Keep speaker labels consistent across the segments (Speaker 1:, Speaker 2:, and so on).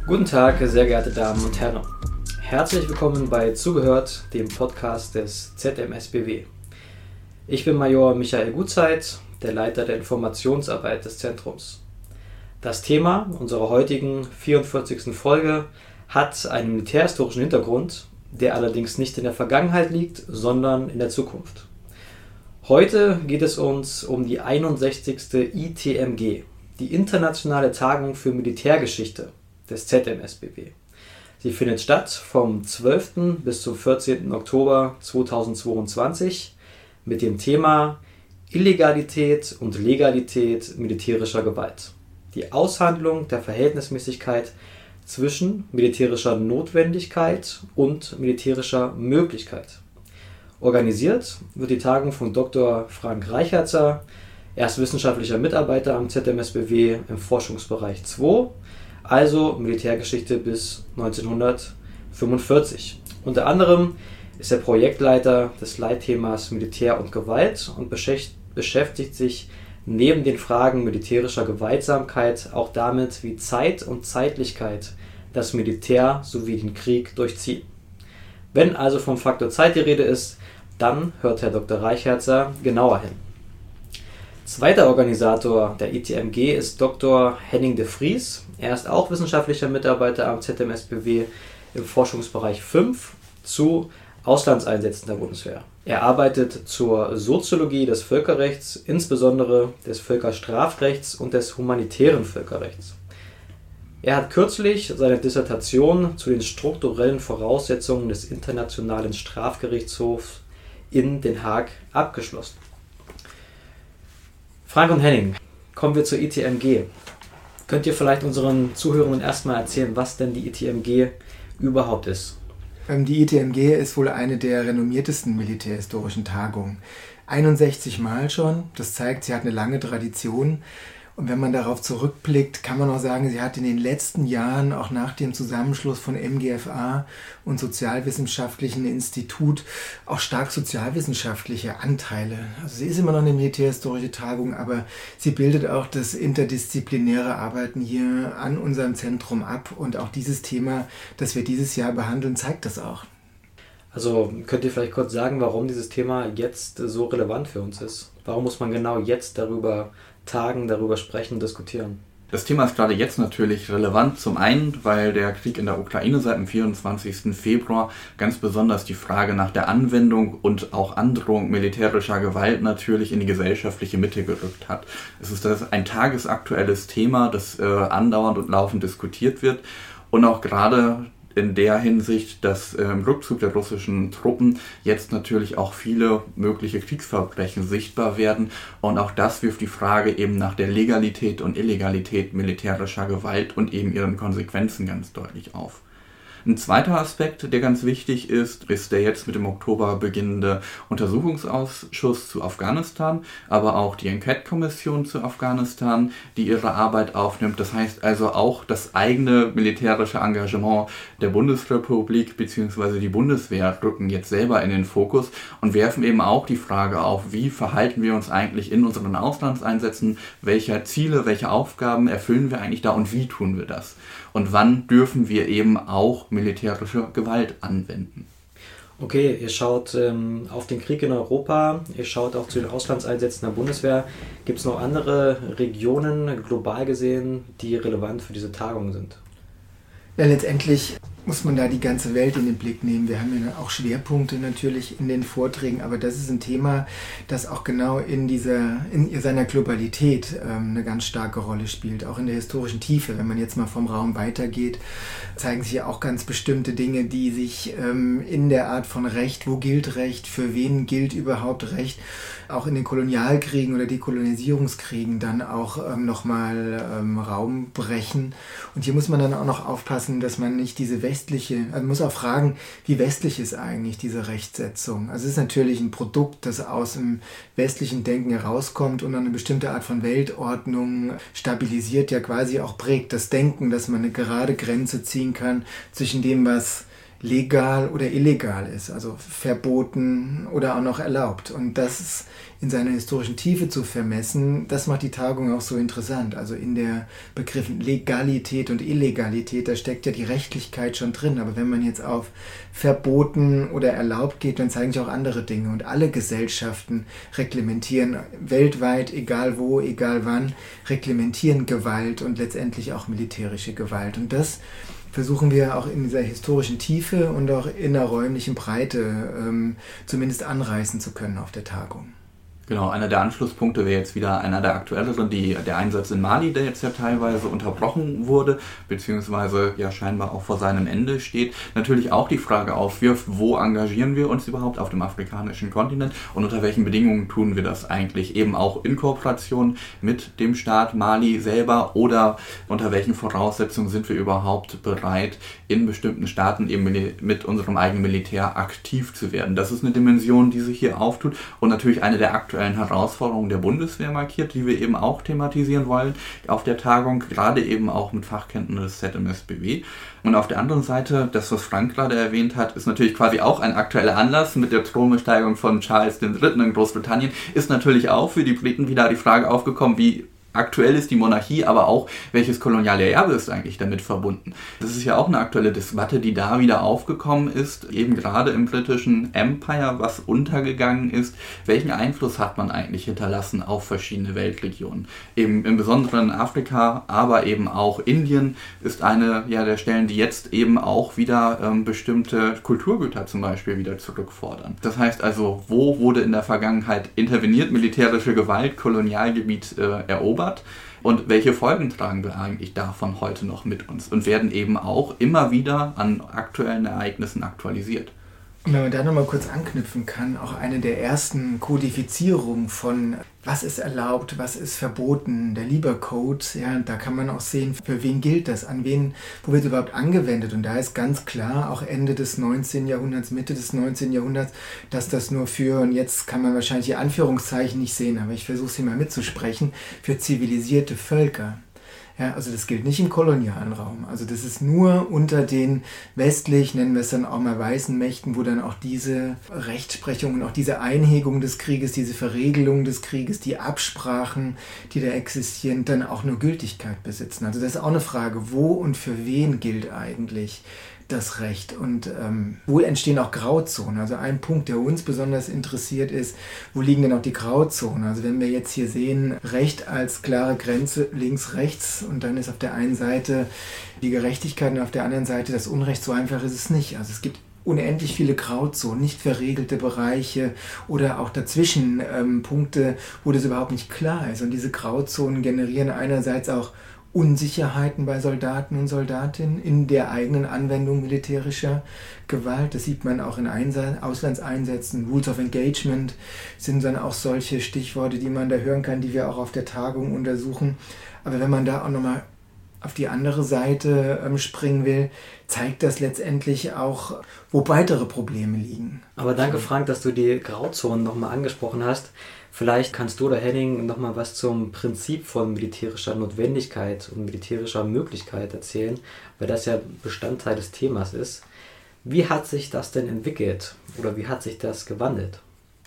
Speaker 1: Guten Tag, sehr geehrte Damen und Herren. Herzlich willkommen bei Zugehört, dem Podcast des ZMSBW. Ich bin Major Michael Gutzeit, der Leiter der Informationsarbeit des Zentrums. Das Thema unserer heutigen 44. Folge hat einen militärhistorischen Hintergrund, der allerdings nicht in der Vergangenheit liegt, sondern in der Zukunft. Heute geht es uns um die 61. ITMG, die Internationale Tagung für Militärgeschichte des ZMSBW. Sie findet statt vom 12. bis zum 14. Oktober 2022 mit dem Thema Illegalität und Legalität militärischer Gewalt. Die Aushandlung der Verhältnismäßigkeit zwischen militärischer Notwendigkeit und militärischer Möglichkeit. Organisiert wird die Tagung von Dr. Frank Reichertser. Er ist wissenschaftlicher Mitarbeiter am ZMSBW im Forschungsbereich 2, also Militärgeschichte bis 1945. Unter anderem ist er Projektleiter des Leitthemas Militär und Gewalt und beschäftigt sich neben den Fragen militärischer Gewaltsamkeit auch damit, wie Zeit und Zeitlichkeit das Militär sowie den Krieg durchziehen. Wenn also vom Faktor Zeit die Rede ist, dann hört Herr Dr. Reichertser genauer hin. Zweiter Organisator der ITMG ist Dr. Henning de Vries. Er ist auch wissenschaftlicher Mitarbeiter am ZMSBW im Forschungsbereich 5 zu Auslandseinsätzen der Bundeswehr. Er arbeitet zur Soziologie des Völkerrechts, insbesondere des Völkerstrafrechts und des humanitären Völkerrechts. Er hat kürzlich seine Dissertation zu den strukturellen Voraussetzungen des Internationalen Strafgerichtshofs in Den Haag abgeschlossen. Frank und Henning, kommen wir zur ITMG. Könnt ihr vielleicht unseren Zuhörern erstmal erzählen, was denn die ITMG überhaupt ist?
Speaker 2: Die ITMG ist wohl eine der renommiertesten militärhistorischen Tagungen. 61 Mal schon, das zeigt, sie hat eine lange Tradition. Und wenn man darauf zurückblickt, kann man auch sagen, sie hat in den letzten Jahren, auch nach dem Zusammenschluss von MGFA und Sozialwissenschaftlichen Institut, auch stark sozialwissenschaftliche Anteile. Also sie ist immer noch eine militärhistorische Tagung, aber sie bildet auch das interdisziplinäre Arbeiten hier an unserem Zentrum ab. Und auch dieses Thema, das wir dieses Jahr behandeln, zeigt das auch.
Speaker 1: Also könnt ihr vielleicht kurz sagen, warum dieses Thema jetzt so relevant für uns ist? Warum muss man genau jetzt darüber tagen, darüber sprechen, diskutieren?
Speaker 3: Das Thema ist gerade jetzt natürlich relevant. Zum einen, weil der Krieg in der Ukraine seit dem 24. Februar ganz besonders die Frage nach der Anwendung und auch Androhung militärischer Gewalt natürlich in die gesellschaftliche Mitte gerückt hat. Es ist ein tagesaktuelles Thema, das andauernd und laufend diskutiert wird und auch gerade in der Hinsicht, dass im Rückzug der russischen Truppen jetzt natürlich auch viele mögliche Kriegsverbrechen sichtbar werden. Und auch das wirft die Frage eben nach der Legalität und Illegalität militärischer Gewalt und eben ihren Konsequenzen ganz deutlich auf. Ein zweiter Aspekt, der ganz wichtig ist der jetzt mit dem Oktober beginnende Untersuchungsausschuss zu Afghanistan, aber auch die Enquete-Kommission zu Afghanistan, die ihre Arbeit aufnimmt. Das heißt also auch das eigene militärische Engagement der Bundesrepublik bzw. die Bundeswehr rücken jetzt selber in den Fokus und werfen eben auch die Frage auf, wie verhalten wir uns eigentlich in unseren Auslandseinsätzen, welche Ziele, welche Aufgaben erfüllen wir eigentlich da und wie tun wir das? Und wann dürfen wir eben auch militärische Gewalt anwenden?
Speaker 1: Okay, ihr schaut auf den Krieg in Europa, ihr schaut auch zu den Auslandseinsätzen der Bundeswehr. Gibt es noch andere Regionen, global gesehen, die relevant für diese Tagung sind?
Speaker 2: Ja, letztendlich muss man da die ganze Welt in den Blick nehmen. Wir haben ja auch Schwerpunkte natürlich in den Vorträgen, aber das ist ein Thema, das auch genau in seiner Globalität eine ganz starke Rolle spielt, auch in der historischen Tiefe. Wenn man jetzt mal vom Raum weitergeht, zeigen sich ja auch ganz bestimmte Dinge, die sich in der Art von Recht, wo gilt Recht, für wen gilt überhaupt Recht, auch in den Kolonialkriegen oder Dekolonisierungskriegen dann auch nochmal Raum brechen. Und hier muss man dann auch noch aufpassen, dass man nicht diese man muss auch fragen, wie westlich ist eigentlich diese Rechtsetzung? Also es ist natürlich ein Produkt, das aus dem westlichen Denken herauskommt und eine bestimmte Art von Weltordnung stabilisiert, ja quasi auch prägt das Denken, dass man eine gerade Grenze ziehen kann zwischen dem, was legal oder illegal ist, also verboten oder auch noch erlaubt. Und das ist in seiner historischen Tiefe zu vermessen, das macht die Tagung auch so interessant. Also in der Begriffen Legalität und Illegalität, da steckt ja die Rechtlichkeit schon drin. Aber wenn man jetzt auf verboten oder erlaubt geht, dann zeigen sich auch andere Dinge. Und alle Gesellschaften reglementieren weltweit, egal wo, egal wann, reglementieren Gewalt und letztendlich auch militärische Gewalt. Und das versuchen wir auch in dieser historischen Tiefe und auch in der räumlichen Breite zumindest anreißen zu können auf der Tagung.
Speaker 3: Genau, einer der Anschlusspunkte wäre jetzt wieder einer der aktuelleren, der Einsatz in Mali, der jetzt ja teilweise unterbrochen wurde, beziehungsweise ja scheinbar auch vor seinem Ende steht. Natürlich auch die Frage aufwirft, wo engagieren wir uns überhaupt auf dem afrikanischen Kontinent und unter welchen Bedingungen tun wir das eigentlich? Eben auch in Kooperation mit dem Staat Mali selber oder unter welchen Voraussetzungen sind wir überhaupt bereit, in bestimmten Staaten eben mit unserem eigenen Militär aktiv zu werden? Das ist eine Dimension, die sich hier auftut und natürlich eine der aktuellen Herausforderungen der Bundeswehr markiert, die wir eben auch thematisieren wollen auf der Tagung, gerade eben auch mit Fachkenntnissen des ZMSBW. Und auf der anderen Seite, das, was Frank gerade erwähnt hat, ist natürlich quasi auch ein aktueller Anlass mit der Thronbesteigung von Charles III. In Großbritannien, ist natürlich auch für die Briten wieder die Frage aufgekommen, wie aktuell ist die Monarchie, aber auch, welches koloniale Erbe ist eigentlich damit verbunden. Das ist ja auch eine aktuelle Debatte, die da wieder aufgekommen ist, eben gerade im britischen Empire, was untergegangen ist. Welchen Einfluss hat man eigentlich hinterlassen auf verschiedene Weltregionen? Eben im Besonderen Afrika, aber eben auch Indien ist eine der Stellen, die jetzt eben auch wieder bestimmte Kulturgüter zum Beispiel wieder zurückfordern. Das heißt also, wo wurde in der Vergangenheit interveniert, militärische Gewalt, Kolonialgebiet erobert? Und welche Folgen tragen wir eigentlich davon heute noch mit uns und werden eben auch immer wieder an aktuellen Ereignissen aktualisiert?
Speaker 2: Und wenn man da nochmal kurz anknüpfen kann, auch eine der ersten Kodifizierungen von was ist erlaubt, was ist verboten, der Lieber-Code, ja, da kann man auch sehen, für wen gilt das, an wen, wo wird es überhaupt angewendet. Und da ist ganz klar, auch Ende des 19. Jahrhunderts, Mitte des 19. Jahrhunderts, dass das nur für, und jetzt kann man wahrscheinlich die Anführungszeichen nicht sehen, aber ich versuche sie mal mitzusprechen, für zivilisierte Völker. Ja, also das gilt nicht im kolonialen Raum. Also das ist nur unter den westlich, nennen wir es dann auch mal weißen Mächten, wo dann auch diese Rechtsprechung und auch diese Einhegung des Krieges, diese Verregelung des Krieges, die Absprachen, die da existieren, dann auch nur Gültigkeit besitzen. Also das ist auch eine Frage, wo und für wen gilt eigentlich das Recht und wo entstehen auch Grauzonen. Also ein Punkt, der uns besonders interessiert ist, wo liegen denn auch die Grauzonen? Also wenn wir jetzt hier sehen, Recht als klare Grenze links, rechts und dann ist auf der einen Seite die Gerechtigkeit und auf der anderen Seite das Unrecht, so einfach ist es nicht. Also es gibt unendlich viele Grauzonen, nicht verregelte Bereiche oder auch dazwischen Punkte, wo das überhaupt nicht klar ist. Und diese Grauzonen generieren einerseits auch Unsicherheiten bei Soldaten und Soldatinnen in der eigenen Anwendung militärischer Gewalt. Das sieht man auch in Auslandseinsätzen. Rules of Engagement sind dann auch solche Stichworte, die man da hören kann, die wir auch auf der Tagung untersuchen. Aber wenn man da auch nochmal auf die andere Seite springen will, zeigt das letztendlich auch, wo weitere Probleme liegen.
Speaker 1: Aber danke, Frank, dass du die Grauzonen nochmal angesprochen hast. Vielleicht kannst du oder Henning nochmal was zum Prinzip von militärischer Notwendigkeit und militärischer Möglichkeit erzählen, weil das ja Bestandteil des Themas ist. Wie hat sich das denn entwickelt oder wie hat sich das gewandelt?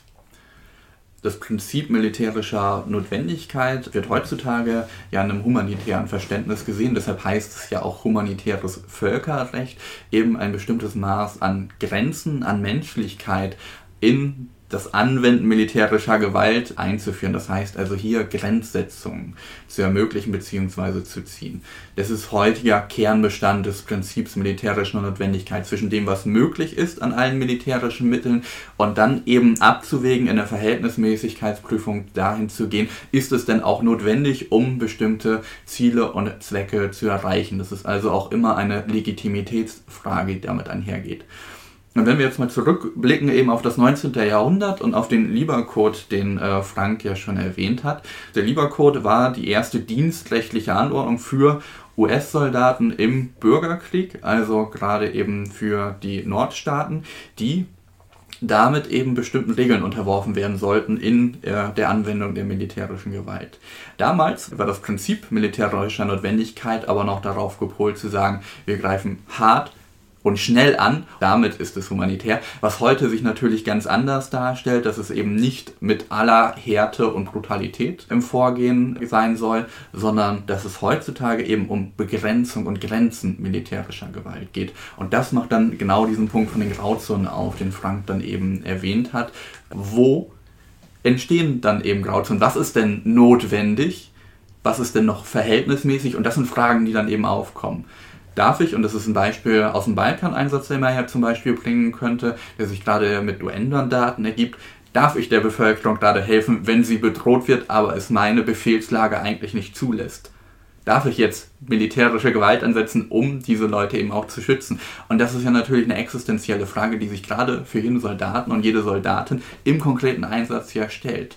Speaker 3: Das Prinzip militärischer Notwendigkeit wird heutzutage ja in einem humanitären Verständnis gesehen. Deshalb heißt es ja auch humanitäres Völkerrecht, eben ein bestimmtes Maß an Grenzen, an Menschlichkeit in das Anwenden militärischer Gewalt einzuführen. Das heißt also hier Grenzsetzungen zu ermöglichen bzw. zu ziehen. Das ist heutiger Kernbestand des Prinzips militärischer Notwendigkeit zwischen dem, was möglich ist an allen militärischen Mitteln und dann eben abzuwägen in der Verhältnismäßigkeitsprüfung dahin zu gehen, ist es denn auch notwendig, um bestimmte Ziele und Zwecke zu erreichen. Das ist also auch immer eine Legitimitätsfrage, die damit einhergeht. Und wenn wir jetzt mal zurückblicken eben auf das 19. Jahrhundert und auf den Lieber-Code, den Frank ja schon erwähnt hat. Der Lieber-Code war die erste dienstrechtliche Anordnung für US-Soldaten im Bürgerkrieg, also gerade eben für die Nordstaaten, die damit eben bestimmten Regeln unterworfen werden sollten in der Anwendung der militärischen Gewalt. Damals war das Prinzip militärischer Notwendigkeit aber noch darauf gepolt zu sagen, wir greifen hart, und schnell an, damit ist es humanitär. Was heute sich natürlich ganz anders darstellt, dass es eben nicht mit aller Härte und Brutalität im Vorgehen sein soll, sondern dass es heutzutage eben um Begrenzung und Grenzen militärischer Gewalt geht. Und das macht dann genau diesen Punkt von den Grauzonen auf, den Frank dann eben erwähnt hat. Wo entstehen dann eben Grauzonen? Was ist denn notwendig? Was ist denn noch verhältnismäßig? Und das sind Fragen, die dann eben aufkommen. Darf ich, und das ist ein Beispiel aus dem Balkan-Einsatz, den man ja zum Beispiel bringen könnte, der sich gerade mit UN-Mandaten ergibt, darf ich der Bevölkerung gerade helfen, wenn sie bedroht wird, aber es meine Befehlslage eigentlich nicht zulässt? Darf ich jetzt militärische Gewalt ansetzen, um diese Leute eben auch zu schützen? Und das ist ja natürlich eine existenzielle Frage, die sich gerade für jeden Soldaten und jede Soldatin im konkreten Einsatz ja stellt.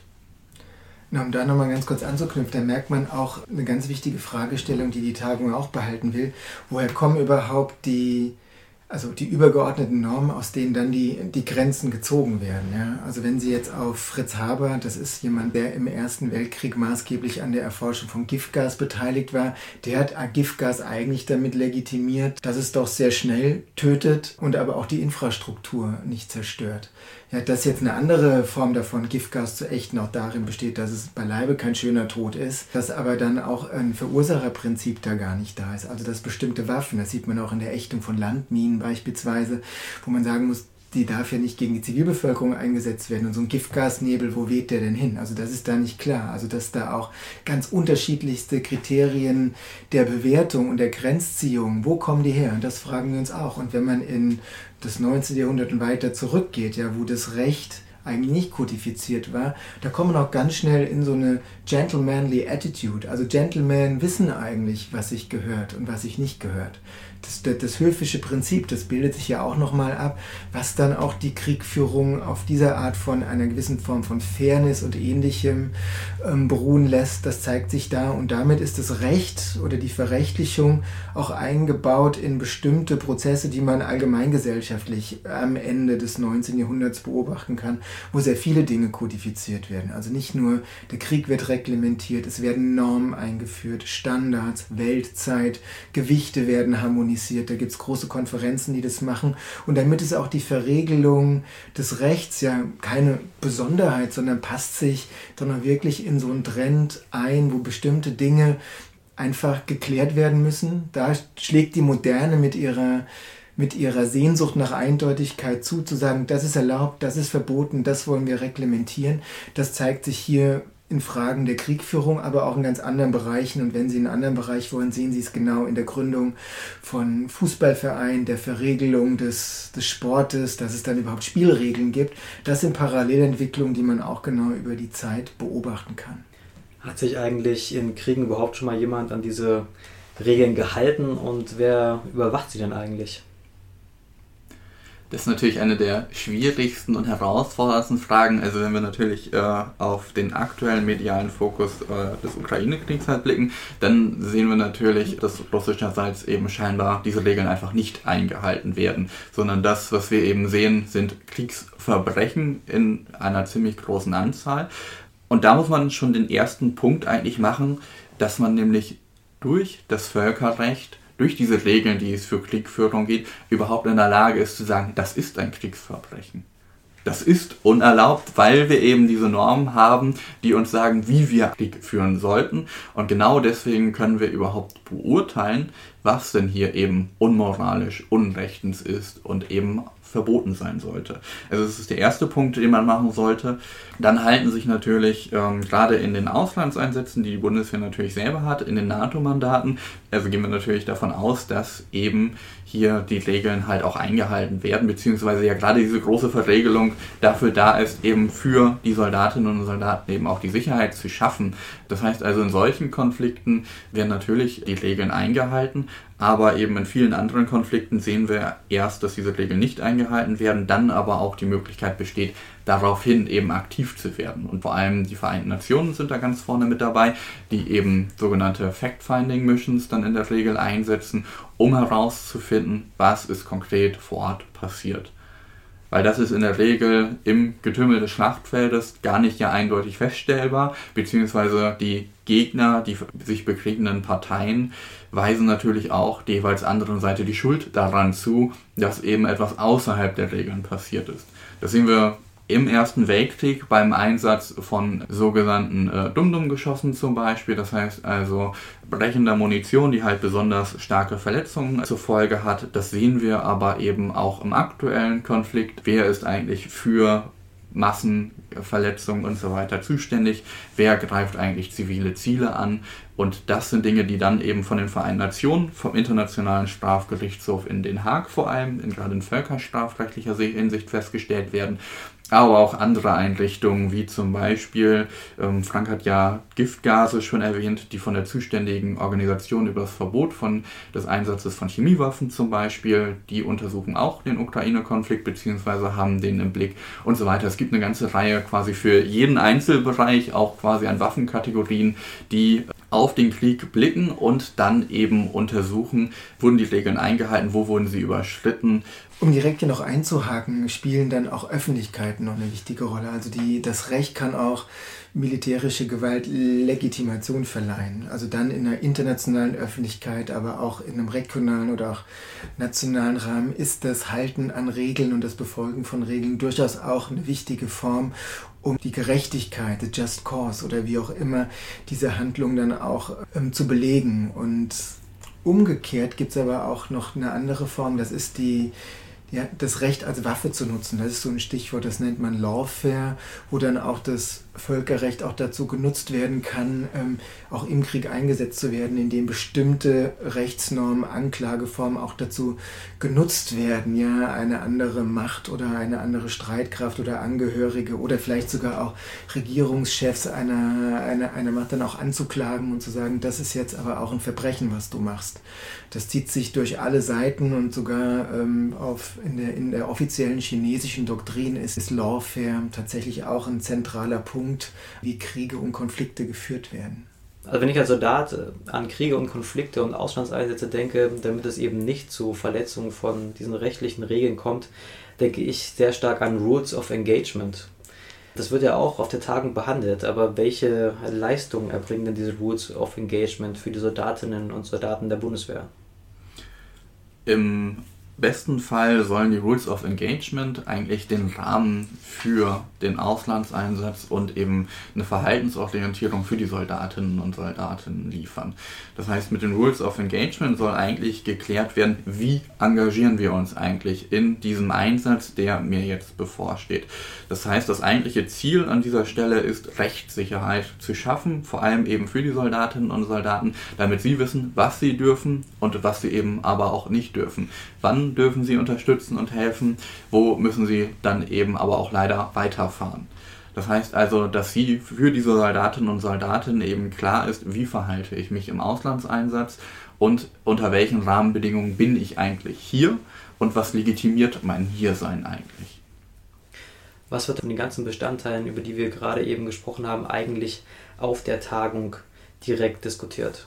Speaker 2: Na, um da nochmal ganz kurz anzuknüpfen, da merkt man auch eine ganz wichtige Fragestellung, die Tagung auch behalten will. Woher kommen überhaupt die übergeordneten Normen, aus denen dann die Grenzen gezogen werden? Ja? Also wenn Sie jetzt auf Fritz Haber, das ist jemand, der im Ersten Weltkrieg maßgeblich an der Erforschung von Giftgas beteiligt war, der hat Giftgas eigentlich damit legitimiert, dass es doch sehr schnell tötet und aber auch die Infrastruktur nicht zerstört. Ja, dass jetzt eine andere Form davon, Giftgas zu ächten, auch darin besteht, dass es beileibe kein schöner Tod ist, dass aber dann auch ein Verursacherprinzip da gar nicht da ist. Also dass bestimmte Waffen, das sieht man auch in der Ächtung von Landminen beispielsweise, wo man sagen muss, die darf ja nicht gegen die Zivilbevölkerung eingesetzt werden. Und so ein Giftgasnebel, wo weht der denn hin? Also das ist da nicht klar. Also dass da auch ganz unterschiedlichste Kriterien der Bewertung und der Grenzziehung, wo kommen die her? Und das fragen wir uns auch. Und wenn man in das 19. Jahrhundert und weiter zurückgeht, ja, wo das Recht eigentlich nicht kodifiziert war, da kommt man auch ganz schnell in so eine gentlemanly attitude. Also Gentlemen wissen eigentlich, was sich gehört und was sich nicht gehört. Das höfische Prinzip, das bildet sich ja auch nochmal ab, was dann auch die Kriegführung auf dieser Art von einer gewissen Form von Fairness und Ähnlichem beruhen lässt. Das zeigt sich da und damit ist das Recht oder die Verrechtlichung auch eingebaut in bestimmte Prozesse, die man allgemeingesellschaftlich am Ende des 19. Jahrhunderts beobachten kann, wo sehr viele Dinge kodifiziert werden. Also nicht nur der Krieg wird reglementiert, es werden Normen eingeführt, Standards, Weltzeit, Gewichte werden harmonisiert. Da gibt es große Konferenzen, die das machen. Und damit ist auch die Verregelung des Rechts ja keine Besonderheit, sondern passt sich sondern wirklich in so einen Trend ein, wo bestimmte Dinge einfach geklärt werden müssen. Da schlägt die Moderne mit ihrer Sehnsucht nach Eindeutigkeit zu sagen, das ist erlaubt, das ist verboten, das wollen wir reglementieren. Das zeigt sich hier in Fragen der Kriegführung, aber auch in ganz anderen Bereichen. Und wenn Sie in einen anderen Bereich wollen, sehen Sie es genau in der Gründung von Fußballvereinen, der Verregelung des Sportes, dass es dann überhaupt Spielregeln gibt. Das sind Parallelentwicklungen, die man auch genau über die Zeit beobachten kann.
Speaker 1: Hat sich eigentlich in Kriegen überhaupt schon mal jemand an diese Regeln gehalten und wer überwacht sie denn eigentlich?
Speaker 3: Das ist natürlich eine der schwierigsten und herausforderndsten Fragen. Also wenn wir natürlich auf den aktuellen medialen Fokus des Ukraine-Kriegs halt blicken, dann sehen wir natürlich, dass russischerseits eben scheinbar diese Regeln einfach nicht eingehalten werden, sondern das, was wir eben sehen, sind Kriegsverbrechen in einer ziemlich großen Anzahl. Und da muss man schon den ersten Punkt eigentlich machen, dass man nämlich durch das Völkerrecht, durch diese Regeln, die es für Kriegführung geht, überhaupt in der Lage ist zu sagen, das ist ein Kriegsverbrechen. Das ist unerlaubt, weil wir eben diese Normen haben, die uns sagen, wie wir Krieg führen sollten. Und genau deswegen können wir überhaupt beurteilen, was denn hier eben unmoralisch, unrechtens ist und eben verboten sein sollte. Also das ist der erste Punkt, den man machen sollte. Dann halten sich natürlich gerade in den Auslandseinsätzen, die die Bundeswehr natürlich selber hat, in den NATO-Mandaten, also gehen wir natürlich davon aus, dass eben hier die Regeln halt auch eingehalten werden, beziehungsweise ja gerade diese große Verregelung dafür da ist, eben für die Soldatinnen und Soldaten eben auch die Sicherheit zu schaffen. Das heißt also, in solchen Konflikten werden natürlich die Regeln eingehalten, aber eben in vielen anderen Konflikten sehen wir erst, dass diese Regeln nicht eingehalten werden, dann aber auch die Möglichkeit besteht, daraufhin eben aktiv zu werden. Und vor allem die Vereinten Nationen sind da ganz vorne mit dabei, die eben sogenannte Fact-Finding-Missions dann in der Regel einsetzen, um herauszufinden, was ist konkret vor Ort passiert. weil das ist in der Regel im Getümmel des Schlachtfeldes gar nicht ja eindeutig feststellbar, beziehungsweise die Gegner, die sich bekriegenden Parteien, weisen natürlich auch der jeweils anderen Seite die Schuld daran zu, dass eben etwas außerhalb der Regeln passiert ist. Das sehen wir im Ersten Weltkrieg beim Einsatz von sogenannten Dum-Dum-Geschossen zum Beispiel, das heißt also brechender Munition, die halt besonders starke Verletzungen zur Folge hat. Das sehen wir aber eben auch im aktuellen Konflikt. Wer ist eigentlich für Massenverletzungen und so weiter zuständig? Wer greift eigentlich zivile Ziele an? Und das sind Dinge, die dann eben von den Vereinten Nationen, vom Internationalen Strafgerichtshof in Den Haag vor allem, gerade in völkerstrafrechtlicher Hinsicht festgestellt werden, aber auch andere Einrichtungen, wie zum Beispiel, Frank hat ja Giftgase schon erwähnt, die von der zuständigen Organisation über das Verbot des Einsatzes von Chemiewaffen zum Beispiel, die untersuchen auch den Ukraine-Konflikt bzw. haben den im Blick und so weiter. Es gibt eine ganze Reihe quasi für jeden Einzelbereich, auch quasi an Waffenkategorien, die auf den Krieg blicken und dann eben untersuchen, wurden die Regeln eingehalten, wo wurden sie überschritten.
Speaker 2: Um direkt hier noch einzuhaken, spielen dann auch Öffentlichkeiten noch eine wichtige Rolle. Also das Recht kann auch militärische Gewalt Legitimation verleihen. Also dann in einer internationalen Öffentlichkeit, aber auch in einem regionalen oder auch nationalen Rahmen ist das Halten an Regeln und das Befolgen von Regeln durchaus auch eine wichtige Form, um die Gerechtigkeit, the just cause oder wie auch immer diese Handlung dann auch zu belegen. Und umgekehrt gibt es aber auch noch eine andere Form, das ist das Recht als Waffe zu nutzen. Das ist so ein Stichwort, das nennt man Lawfare, wo dann auch das Völkerrecht auch dazu genutzt werden kann, auch im Krieg eingesetzt zu werden, indem bestimmte Rechtsnormen, Anklageformen auch dazu genutzt werden, ja, eine andere Macht oder eine andere Streitkraft oder Angehörige oder vielleicht sogar auch Regierungschefs einer Macht dann auch anzuklagen und zu sagen, das ist jetzt aber auch ein Verbrechen, was du machst. Das zieht sich durch alle Seiten und sogar in der offiziellen chinesischen Doktrin ist Lawfare tatsächlich auch ein zentraler Punkt, wie Kriege und Konflikte geführt werden.
Speaker 1: Also wenn ich als Soldat an Kriege und Konflikte und Auslandseinsätze denke, damit es eben nicht zu Verletzungen von diesen rechtlichen Regeln kommt, denke ich sehr stark an Rules of Engagement. Das wird ja auch auf der Tagung behandelt, aber welche Leistungen erbringen denn diese Rules of Engagement für die Soldatinnen und Soldaten der Bundeswehr?
Speaker 3: Im besten Fall sollen die Rules of Engagement eigentlich den Rahmen für den Auslandseinsatz und eben eine Verhaltensorientierung für die Soldatinnen und Soldaten liefern. Das heißt, mit den Rules of Engagement soll eigentlich geklärt werden, wie engagieren wir uns eigentlich in diesem Einsatz, der mir jetzt bevorsteht. Das heißt, das eigentliche Ziel an dieser Stelle ist, Rechtssicherheit zu schaffen, vor allem eben für die Soldatinnen und Soldaten, damit sie wissen, was sie dürfen und was sie eben aber auch nicht dürfen. Wann dürfen sie unterstützen und helfen, wo müssen sie dann eben aber auch leider weiterfahren. Das heißt also, dass sie für diese Soldatinnen und Soldaten eben klar ist, wie verhalte ich mich im Auslandseinsatz und unter welchen Rahmenbedingungen bin ich eigentlich hier und was legitimiert mein Hiersein eigentlich.
Speaker 1: Was wird von den ganzen Bestandteilen, über die wir gerade eben gesprochen haben, eigentlich auf der Tagung direkt diskutiert?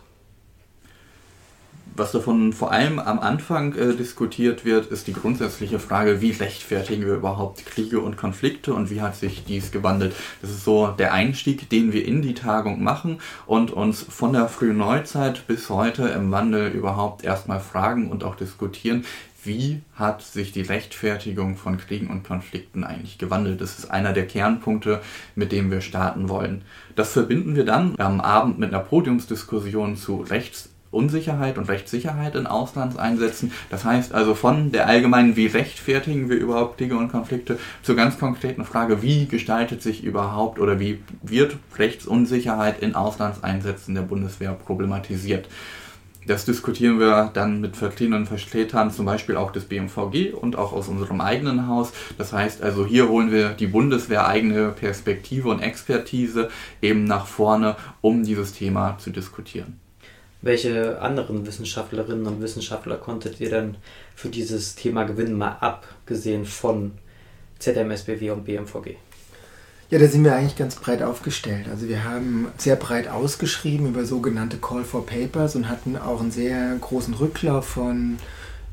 Speaker 3: Was davon vor allem am Anfang diskutiert wird, ist die grundsätzliche Frage, wie rechtfertigen wir überhaupt Kriege und Konflikte und wie hat sich dies gewandelt. Das ist so der Einstieg, den wir in die Tagung machen und uns von der frühen Neuzeit bis heute im Wandel überhaupt erstmal fragen und auch diskutieren, wie hat sich die Rechtfertigung von Kriegen und Konflikten eigentlich gewandelt. Das ist einer der Kernpunkte, mit dem wir starten wollen. Das verbinden wir dann am Abend mit einer Podiumsdiskussion zu Rechtsunsicherheit und Rechtssicherheit in Auslandseinsätzen. Das heißt also von der allgemeinen, wie rechtfertigen wir überhaupt Kriege und Konflikte, zur ganz konkreten Frage, wie gestaltet sich überhaupt oder wie wird Rechtsunsicherheit in Auslandseinsätzen der Bundeswehr problematisiert. Das diskutieren wir dann mit verschiedenen Vertretern, zum Beispiel auch des BMVG und auch aus unserem eigenen Haus. Das heißt also, hier holen wir die Bundeswehr eigene Perspektive und Expertise eben nach vorne, um dieses Thema zu diskutieren.
Speaker 1: Welche anderen Wissenschaftlerinnen und Wissenschaftler konntet ihr denn für dieses Thema gewinnen, mal abgesehen von ZMSBW und BMVG?
Speaker 2: Ja, da sind wir eigentlich ganz breit aufgestellt. Also wir haben sehr breit ausgeschrieben über sogenannte Call for Papers und hatten auch einen sehr großen Rücklauf von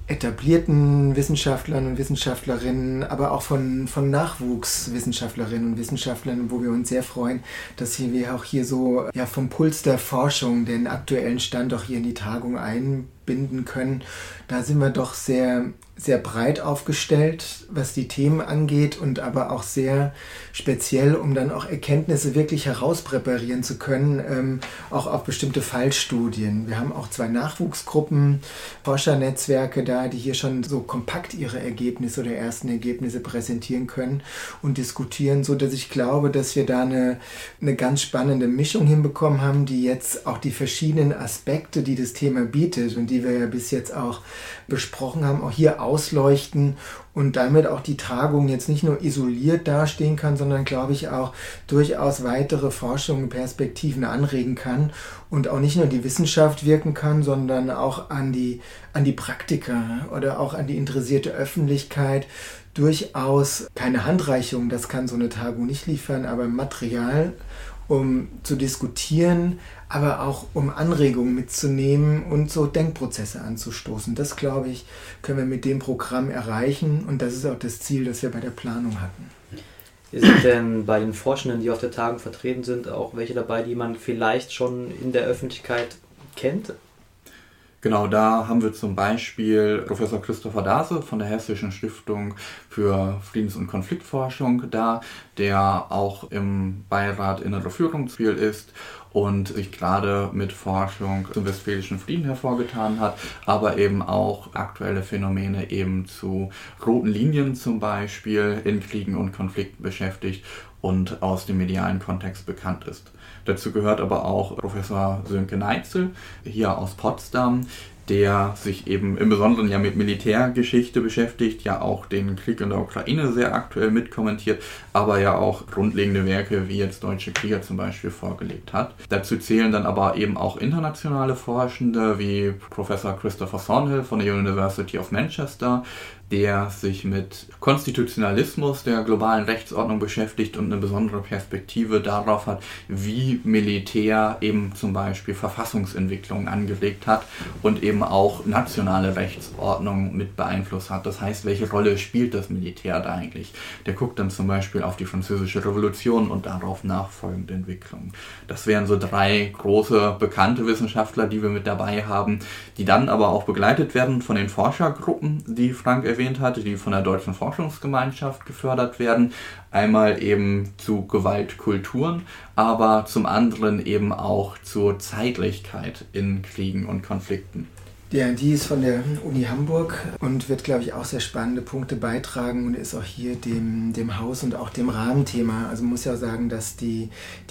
Speaker 2: etablierten Wissenschaftlern und Wissenschaftlerinnen, aber auch von Nachwuchswissenschaftlerinnen und Wissenschaftlern, wo wir uns sehr freuen, dass wir auch hier so vom Puls der Forschung den aktuellen Stand auch hier in die Tagung einbinden können. Da sind wir doch sehr, sehr breit aufgestellt, was die Themen angeht und aber auch sehr speziell, um dann auch Erkenntnisse wirklich herauspräparieren zu können, auch auf bestimmte Fallstudien. Wir haben auch 2 Nachwuchsgruppen, Forschernetzwerke da, die hier schon so kompakt ihre Ergebnisse oder ersten Ergebnisse präsentieren können und diskutieren, so dass ich glaube, dass wir da eine ganz spannende Mischung hinbekommen haben, die jetzt auch die verschiedenen Aspekte, die das Thema bietet und die wir ja bis jetzt auch besprochen haben, auch hier ausleuchten und damit auch die Tagung jetzt nicht nur isoliert dastehen kann, sondern, glaube ich, auch durchaus weitere Forschungen und Perspektiven anregen kann und auch nicht nur die Wissenschaft wirken kann, sondern auch an die Praktiker oder auch an die interessierte Öffentlichkeit durchaus keine Handreichung, das kann so eine Tagung nicht liefern, aber Material, um zu diskutieren, aber auch um Anregungen mitzunehmen und so Denkprozesse anzustoßen. Das, glaube ich, können wir mit dem Programm erreichen und das ist auch das Ziel, das wir bei der Planung hatten.
Speaker 1: Sind denn bei den Forschenden, die auf der Tagung vertreten sind, auch welche dabei, die man vielleicht schon in der Öffentlichkeit kennt?
Speaker 3: Genau, da haben wir zum Beispiel Professor Christopher Dase von der Hessischen Stiftung für Friedens- und Konfliktforschung da, der auch im Beirat Innere Führungsziel ist und sich gerade mit Forschung zum Westfälischen Frieden hervorgetan hat, aber eben auch aktuelle Phänomene eben zu roten Linien zum Beispiel in Kriegen und Konflikten beschäftigt und aus dem medialen Kontext bekannt ist. Dazu gehört aber auch Professor Sönke Neitzel hier aus Potsdam, der sich eben im Besonderen ja mit Militärgeschichte beschäftigt, ja auch den Krieg in der Ukraine sehr aktuell mitkommentiert, aber ja auch grundlegende Werke wie jetzt Deutsche Krieger zum Beispiel vorgelegt hat. Dazu zählen dann aber eben auch internationale Forschende wie Professor Christopher Thornhill von der University of Manchester, der sich mit Konstitutionalismus der globalen Rechtsordnung beschäftigt und eine besondere Perspektive darauf hat, wie Militär eben zum Beispiel Verfassungsentwicklungen angeregt hat und eben auch nationale Rechtsordnung mit beeinflusst hat. Das heißt, welche Rolle spielt das Militär da eigentlich? Der guckt dann zum Beispiel auf die Französische Revolution und darauf nachfolgende Entwicklungen. Das wären so 3 große bekannte Wissenschaftler, die wir mit dabei haben, die dann aber auch begleitet werden von den Forschergruppen, die Frank erwähnt hatte, die von der Deutschen Forschungsgemeinschaft gefördert werden. Einmal eben zu Gewaltkulturen, aber zum anderen eben auch zur Zeitlichkeit in Kriegen und Konflikten.
Speaker 2: Ja, die ist von der Uni Hamburg und wird, glaube ich, auch sehr spannende Punkte beitragen und ist auch hier dem Haus und auch dem Rahmenthema. Also man muss ja sagen, dass die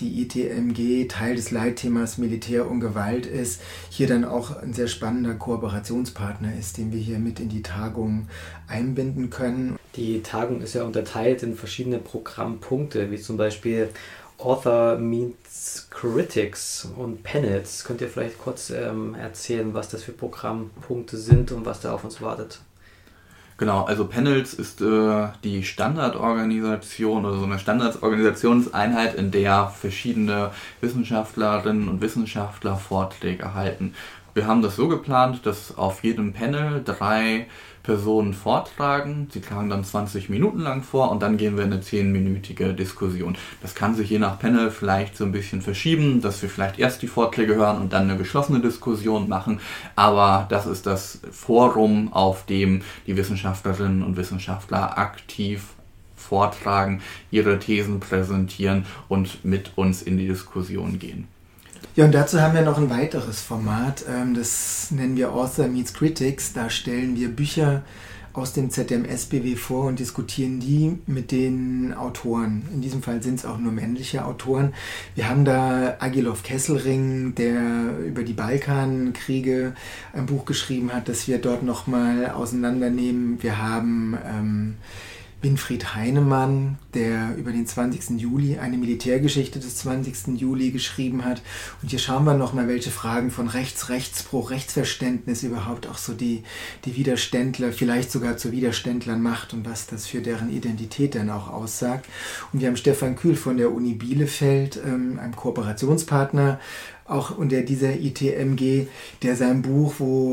Speaker 2: ITMG Teil des Leitthemas Militär und Gewalt ist, hier dann auch ein sehr spannender Kooperationspartner ist, den wir hier mit in die Tagung einbinden können.
Speaker 1: Die Tagung ist ja unterteilt in verschiedene Programmpunkte, wie zum Beispiel Author Meets Critics und Panels. Könnt ihr vielleicht kurz erzählen, was das für Programmpunkte sind und was da auf uns wartet?
Speaker 3: Genau, also Panels ist die Standardorganisation oder so eine Standardorganisationseinheit, in der verschiedene Wissenschaftlerinnen und Wissenschaftler Vorträge halten. Wir haben das so geplant, dass auf jedem Panel 3 Personen vortragen. Sie tragen dann 20 Minuten lang vor und dann gehen wir in eine 10-minütige Diskussion. Das kann sich je nach Panel vielleicht so ein bisschen verschieben, dass wir vielleicht erst die Vorträge hören und dann eine geschlossene Diskussion machen. Aber das ist das Forum, auf dem die Wissenschaftlerinnen und Wissenschaftler aktiv vortragen, ihre Thesen präsentieren und mit uns in die Diskussion gehen.
Speaker 2: Ja, und dazu haben wir noch ein weiteres Format, das nennen wir Author Meets Critics. Da stellen wir Bücher aus dem ZMSBW vor und diskutieren die mit den Autoren. In diesem Fall sind es auch nur männliche Autoren. Wir haben da Agilov Kesselring, der über die Balkankriege ein Buch geschrieben hat, das wir dort nochmal auseinandernehmen. Wir haben Winfried Heinemann, der über den 20. Juli eine Militärgeschichte des 20. Juli geschrieben hat. Und hier schauen wir nochmal, welche Fragen von Rechtsbruch, Rechtsverständnis überhaupt auch so die Widerständler, vielleicht sogar zu Widerständlern macht und was das für deren Identität dann auch aussagt. Und wir haben Stefan Kühl von der Uni Bielefeld, einem Kooperationspartner, auch unter dieser ITMG, der sein Buch, wo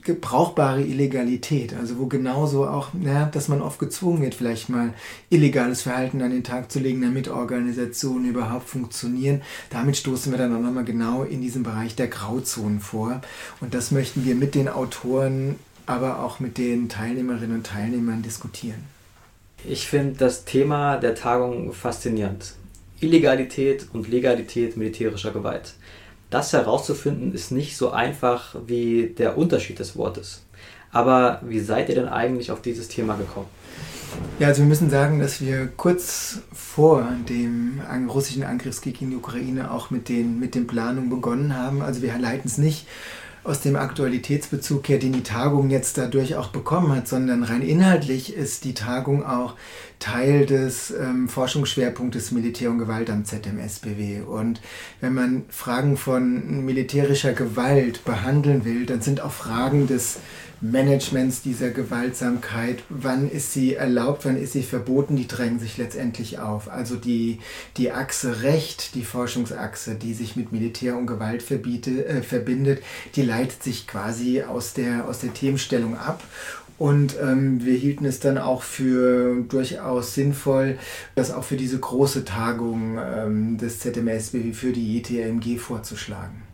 Speaker 2: brauchbare Illegalität, also wo genauso auch, dass man oft gezwungen wird, vielleicht mal illegales Verhalten an den Tag zu legen, damit Organisationen überhaupt funktionieren. Damit stoßen wir dann auch nochmal genau in diesem Bereich der Grauzonen vor. Und das möchten wir mit den Autoren, aber auch mit den Teilnehmerinnen und Teilnehmern diskutieren.
Speaker 1: Ich finde das Thema der Tagung faszinierend. Illegalität und Legalität militärischer Gewalt. Das herauszufinden ist nicht so einfach wie der Unterschied des Wortes. Aber wie seid ihr denn eigentlich auf dieses Thema gekommen?
Speaker 2: Ja, also wir müssen sagen, dass wir kurz vor dem russischen Angriffskrieg in die Ukraine auch mit den Planungen begonnen haben. Also wir leiten es nicht aus dem Aktualitätsbezug her, den die Tagung jetzt dadurch auch bekommen hat, sondern rein inhaltlich ist die Tagung auch Teil des Forschungsschwerpunktes Militär und Gewalt am ZMSBW. Und wenn man Fragen von militärischer Gewalt behandeln will, dann sind auch Fragen des Managements dieser Gewaltsamkeit, wann ist sie erlaubt, wann ist sie verboten, die drängen sich letztendlich auf. Also die Achse Recht, die Forschungsachse, die sich mit Militär und Gewalt verbindet, die leitet sich quasi aus der Themenstellung ab. Und wir hielten es dann auch für durchaus sinnvoll, das auch für diese große Tagung des ZMSBW für die ITMG vorzuschlagen.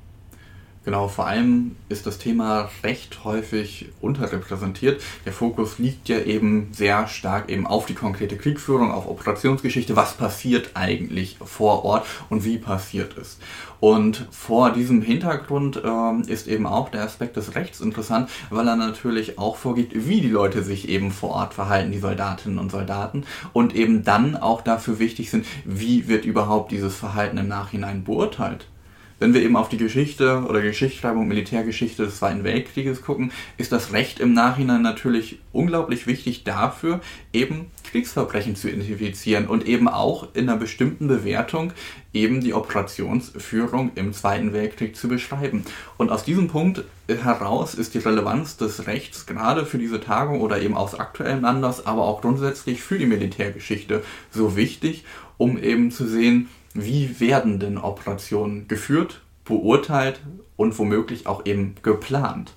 Speaker 3: Genau, vor allem ist das Thema Recht häufig unterrepräsentiert. Der Fokus liegt ja eben sehr stark eben auf die konkrete Kriegführung, auf Operationsgeschichte. Was passiert eigentlich vor Ort und wie passiert es? Und vor diesem Hintergrund ist eben auch der Aspekt des Rechts interessant, weil er natürlich auch vorgibt, wie die Leute sich eben vor Ort verhalten, die Soldatinnen und Soldaten, und eben dann auch dafür wichtig sind, wie wird überhaupt dieses Verhalten im Nachhinein beurteilt. Wenn wir eben auf die Geschichte oder Geschichtsschreibung, Militärgeschichte des Zweiten Weltkrieges gucken, ist das Recht im Nachhinein natürlich unglaublich wichtig dafür, eben Kriegsverbrechen zu identifizieren und eben auch in einer bestimmten Bewertung eben die Operationsführung im Zweiten Weltkrieg zu beschreiben. Und aus diesem Punkt heraus ist die Relevanz des Rechts gerade für diese Tagung oder eben aus aktuellem Anlass, aber auch grundsätzlich für die Militärgeschichte so wichtig, um eben zu sehen, wie werden denn Operationen geführt, beurteilt und womöglich auch eben geplant?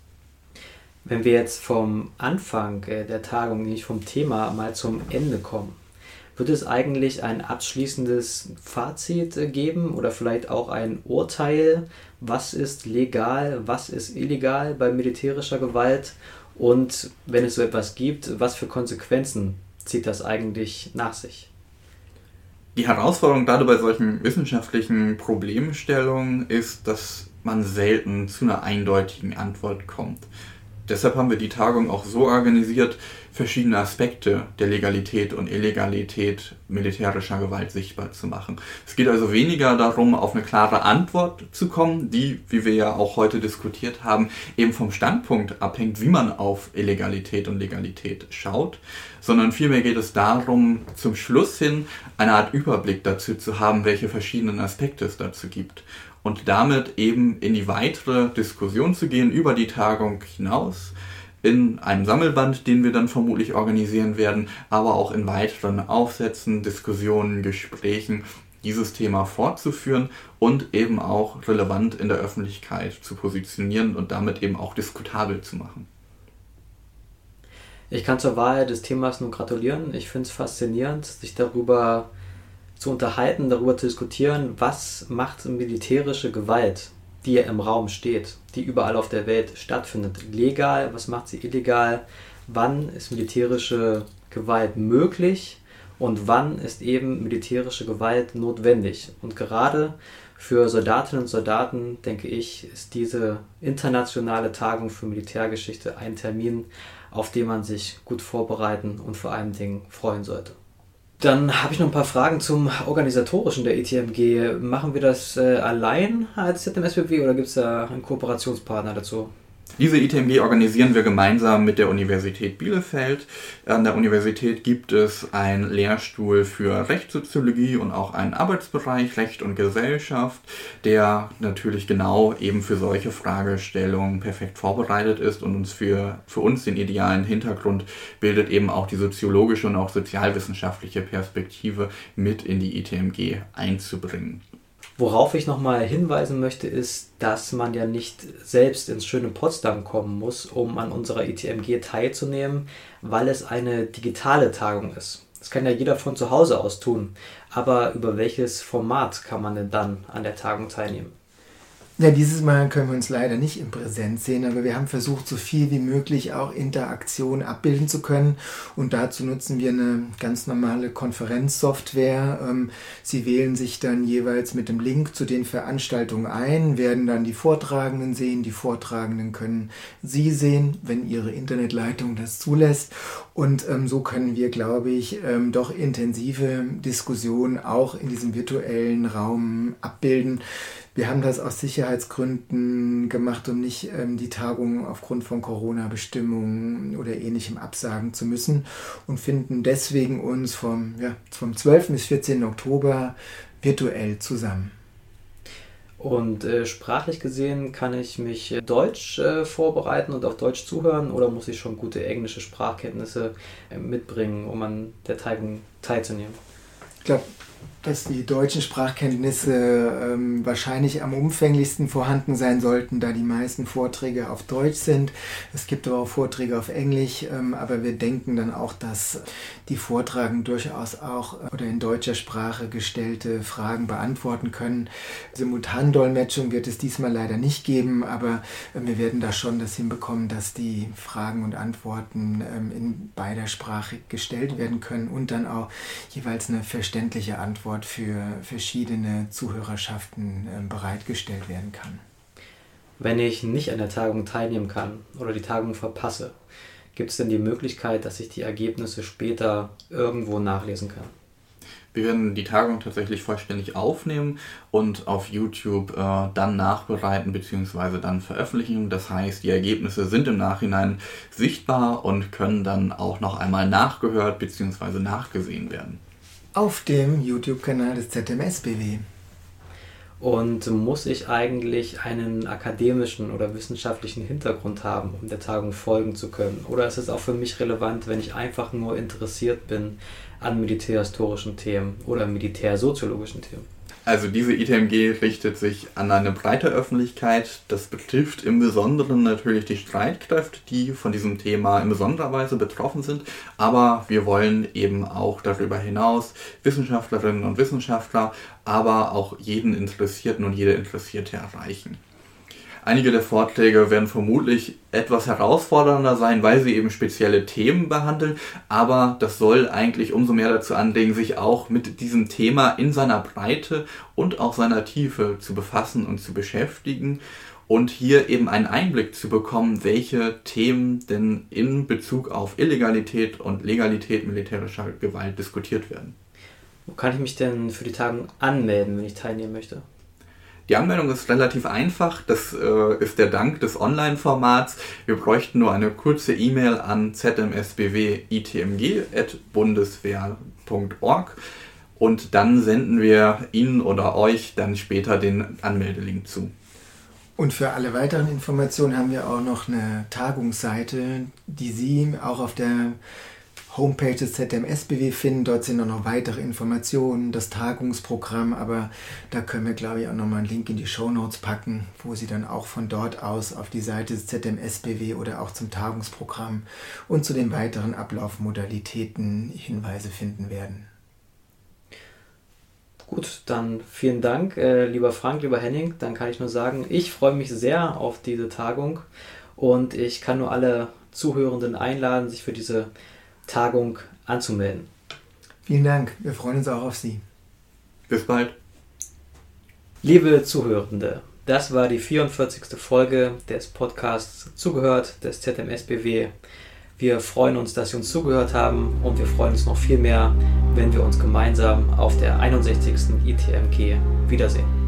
Speaker 1: Wenn wir jetzt vom Anfang der Tagung, nicht vom Thema, mal zum Ende kommen, wird es eigentlich ein abschließendes Fazit geben oder vielleicht auch ein Urteil, was ist legal, was ist illegal bei militärischer Gewalt, und wenn es so etwas gibt, was für Konsequenzen zieht das eigentlich nach sich?
Speaker 3: Die Herausforderung gerade bei solchen wissenschaftlichen Problemstellungen ist, dass man selten zu einer eindeutigen Antwort kommt. Deshalb haben wir die Tagung auch so organisiert, verschiedene Aspekte der Legalität und Illegalität militärischer Gewalt sichtbar zu machen. Es geht also weniger darum, auf eine klare Antwort zu kommen, die, wie wir ja auch heute diskutiert haben, eben vom Standpunkt abhängt, wie man auf Illegalität und Legalität schaut, sondern vielmehr geht es darum, zum Schluss hin eine Art Überblick dazu zu haben, welche verschiedenen Aspekte es dazu gibt. Und damit eben in die weitere Diskussion zu gehen über die Tagung hinaus, in einem Sammelband, den wir dann vermutlich organisieren werden, aber auch in weiteren Aufsätzen, Diskussionen, Gesprächen, dieses Thema fortzuführen und eben auch relevant in der Öffentlichkeit zu positionieren und damit eben auch diskutabel zu machen.
Speaker 1: Ich kann zur Wahl des Themas nur gratulieren. Ich finde es faszinierend, sich darüber zu unterhalten, darüber zu diskutieren, was macht militärische Gewalt, die ja im Raum steht, die überall auf der Welt stattfindet, legal, was macht sie illegal, wann ist militärische Gewalt möglich und wann ist eben militärische Gewalt notwendig. Und gerade für Soldatinnen und Soldaten, denke ich, ist diese internationale Tagung für Militärgeschichte ein Termin, auf den man sich gut vorbereiten und vor allen Dingen freuen sollte. Dann habe ich noch ein paar Fragen zum Organisatorischen der ITMG. Machen wir das allein als ZMSBW oder gibt es da einen Kooperationspartner dazu?
Speaker 3: Diese ITMG organisieren wir gemeinsam mit der Universität Bielefeld. An der Universität gibt es einen Lehrstuhl für Rechtssoziologie und auch einen Arbeitsbereich Recht und Gesellschaft, der natürlich genau eben für solche Fragestellungen perfekt vorbereitet ist und uns für uns den idealen Hintergrund bildet, eben auch die soziologische und auch sozialwissenschaftliche Perspektive mit in die ITMG einzubringen.
Speaker 1: Worauf ich nochmal hinweisen möchte, ist, dass man ja nicht selbst ins schöne Potsdam kommen muss, um an unserer ITMG teilzunehmen, weil es eine digitale Tagung ist. Das kann ja jeder von zu Hause aus tun. Aber über welches Format kann man denn dann an der Tagung teilnehmen?
Speaker 2: Ja, dieses Mal können wir uns leider nicht in Präsenz sehen, aber wir haben versucht, so viel wie möglich auch Interaktion abbilden zu können. Und dazu nutzen wir eine ganz normale Konferenzsoftware. Sie wählen sich dann jeweils mit dem Link zu den Veranstaltungen ein, werden dann die Vortragenden sehen. Die Vortragenden können Sie sehen, wenn Ihre Internetleitung das zulässt. Und so können wir, glaube ich, doch intensive Diskussionen auch in diesem virtuellen Raum abbilden. Wir haben das aus Sicherheitsgründen gemacht, um nicht die Tagung aufgrund von Corona-Bestimmungen oder Ähnlichem absagen zu müssen und finden deswegen uns vom 12. bis 14. Oktober virtuell zusammen.
Speaker 1: Und sprachlich gesehen kann ich mich Deutsch vorbereiten und auf Deutsch zuhören oder muss ich schon gute englische Sprachkenntnisse mitbringen, um an der Tagung teilzunehmen?
Speaker 2: Ich glaube, dass die deutschen Sprachkenntnisse wahrscheinlich am umfänglichsten vorhanden sein sollten, da die meisten Vorträge auf Deutsch sind. Es gibt aber auch Vorträge auf Englisch, aber wir denken dann auch, dass die Vortragenden durchaus auch oder in deutscher Sprache gestellte Fragen beantworten können. Simultandolmetschung wird es diesmal leider nicht geben, aber wir werden da schon das hinbekommen, dass die Fragen und Antworten in beider Sprache gestellt werden können und dann auch jeweils eine verständliche Antwort für verschiedene Zuhörerschaften bereitgestellt werden kann.
Speaker 1: Wenn ich nicht an der Tagung teilnehmen kann oder die Tagung verpasse, gibt es denn die Möglichkeit, dass ich die Ergebnisse später irgendwo nachlesen kann?
Speaker 3: Wir werden die Tagung tatsächlich vollständig aufnehmen und auf YouTube dann nachbereiten bzw. dann veröffentlichen. Das heißt, die Ergebnisse sind im Nachhinein sichtbar und können dann auch noch einmal nachgehört bzw. nachgesehen werden.
Speaker 2: Auf dem YouTube-Kanal des ZMSBW.
Speaker 1: Und muss ich eigentlich einen akademischen oder wissenschaftlichen Hintergrund haben, um der Tagung folgen zu können? Oder ist es auch für mich relevant, wenn ich einfach nur interessiert bin an militärhistorischen Themen oder militärsoziologischen Themen?
Speaker 3: Also diese ITMG richtet sich an eine breite Öffentlichkeit. Das betrifft im Besonderen natürlich die Streitkräfte, die von diesem Thema in besonderer Weise betroffen sind. Aber wir wollen eben auch darüber hinaus Wissenschaftlerinnen und Wissenschaftler, aber auch jeden Interessierten und jede Interessierte erreichen. Einige der Vorträge werden vermutlich etwas herausfordernder sein, weil sie eben spezielle Themen behandeln, aber das soll eigentlich umso mehr dazu anregen, sich auch mit diesem Thema in seiner Breite und auch seiner Tiefe zu befassen und zu beschäftigen und hier eben einen Einblick zu bekommen, welche Themen denn in Bezug auf Illegalität und Legalität militärischer Gewalt diskutiert werden.
Speaker 1: Wo kann ich mich denn für die Tagung anmelden, wenn ich teilnehmen möchte?
Speaker 3: Die Anmeldung ist relativ einfach, das ist der Dank des Online-Formats. Wir bräuchten nur eine kurze E-Mail an zmsbw.itmg@bundeswehr.org und dann senden wir Ihnen oder euch dann später den Anmeldelink zu.
Speaker 2: Und für alle weiteren Informationen haben wir auch noch eine Tagungsseite, die Sie auch auf der Homepage des ZMSBW finden. Dort sind auch noch weitere Informationen, das Tagungsprogramm, aber da können wir, glaube ich, auch nochmal einen Link in die Shownotes packen, wo Sie dann auch von dort aus auf die Seite des ZMSBW oder auch zum Tagungsprogramm und zu den weiteren Ablaufmodalitäten Hinweise finden werden.
Speaker 1: Gut, dann vielen Dank, lieber Frank, lieber Henning. Dann kann ich nur sagen, ich freue mich sehr auf diese Tagung und ich kann nur alle Zuhörenden einladen, sich für diese Tagung anzumelden.
Speaker 2: Vielen Dank, wir freuen uns auch auf Sie.
Speaker 3: Bis bald.
Speaker 1: Liebe Zuhörende, das war die 44. Folge des Podcasts Zugehört des ZMSBW. Wir freuen uns, dass Sie uns zugehört haben und wir freuen uns noch viel mehr, wenn wir uns gemeinsam auf der 61. ITMG wiedersehen.